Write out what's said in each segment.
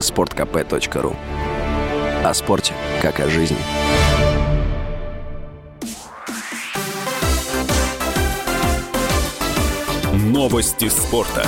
sportkp.ru. О спорте, как о жизни. Новости спорта.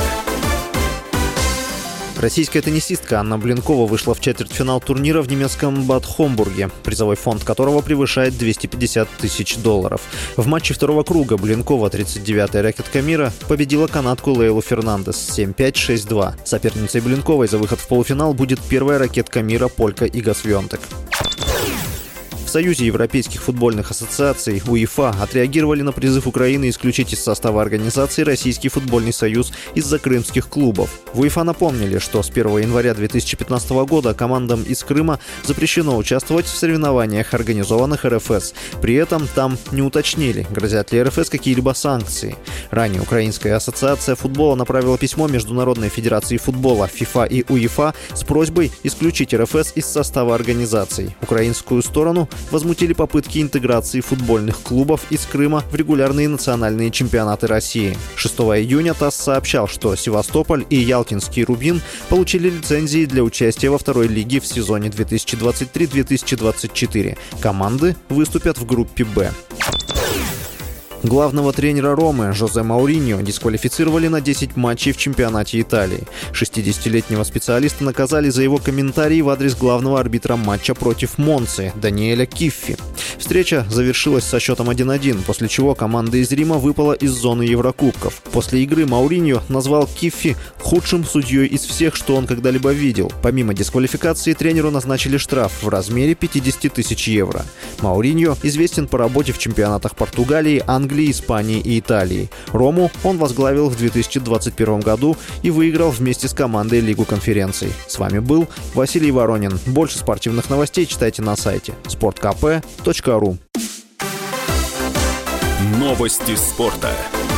Российская теннисистка Анна Блинкова вышла в четвертьфинал турнира в немецком Бад Хомбурге, призовой фонд которого превышает $250 тысяч. В матче второго круга Блинкова, 39-я ракетка мира, победила канадку Лейлу Фернандес 7-5, 6-2. Соперницей Блинковой за выход в полуфинал будет первая ракетка мира полька Ига Свионтек. В Союзе европейских футбольных ассоциаций УЕФА отреагировали на призыв Украины исключить из состава организации Российский футбольный союз из-за крымских клубов. В УЕФА напомнили, что с 1 января 2015 года командам из Крыма запрещено участвовать в соревнованиях, организованных РФС. При этом там не уточнили, грозят ли РФС какие-либо санкции. Ранее Украинская ассоциация футбола направила письмо Международной федерации футбола ФИФА и УЕФА с просьбой исключить РФС из состава организаций. Украинскую сторону возмутили попытки интеграции футбольных клубов из Крыма в регулярные национальные чемпионаты России. 6 июня ТАСС сообщал, что Севастополь и Ялтинский Рубин получили лицензии для участия во второй лиге в сезоне 2023-2024. Команды выступят в группе «Б». Главного тренера Ромы Жозе Мауриньо дисквалифицировали на 10 матчей в чемпионате Италии. 60-летнего специалиста наказали за его комментарии в адрес главного арбитра матча против Монцы Даниэля Киффи. Встреча завершилась со счетом 1-1, после чего команда из Рима выпала из зоны Еврокубков. После игры Мауриньо назвал Киффи худшим судьей из всех, что он когда-либо видел. Помимо дисквалификации, тренеру назначили штраф в размере 50 тысяч евро. Мауриньо известен по работе в чемпионатах Португалии, Англии, Испании и Италии. Рому он возглавил в 2021 году и выиграл вместе с командой Лигу конференций. С вами был Василий Воронин. Больше спортивных новостей читайте на сайте sportkp.ru. Новости спорта.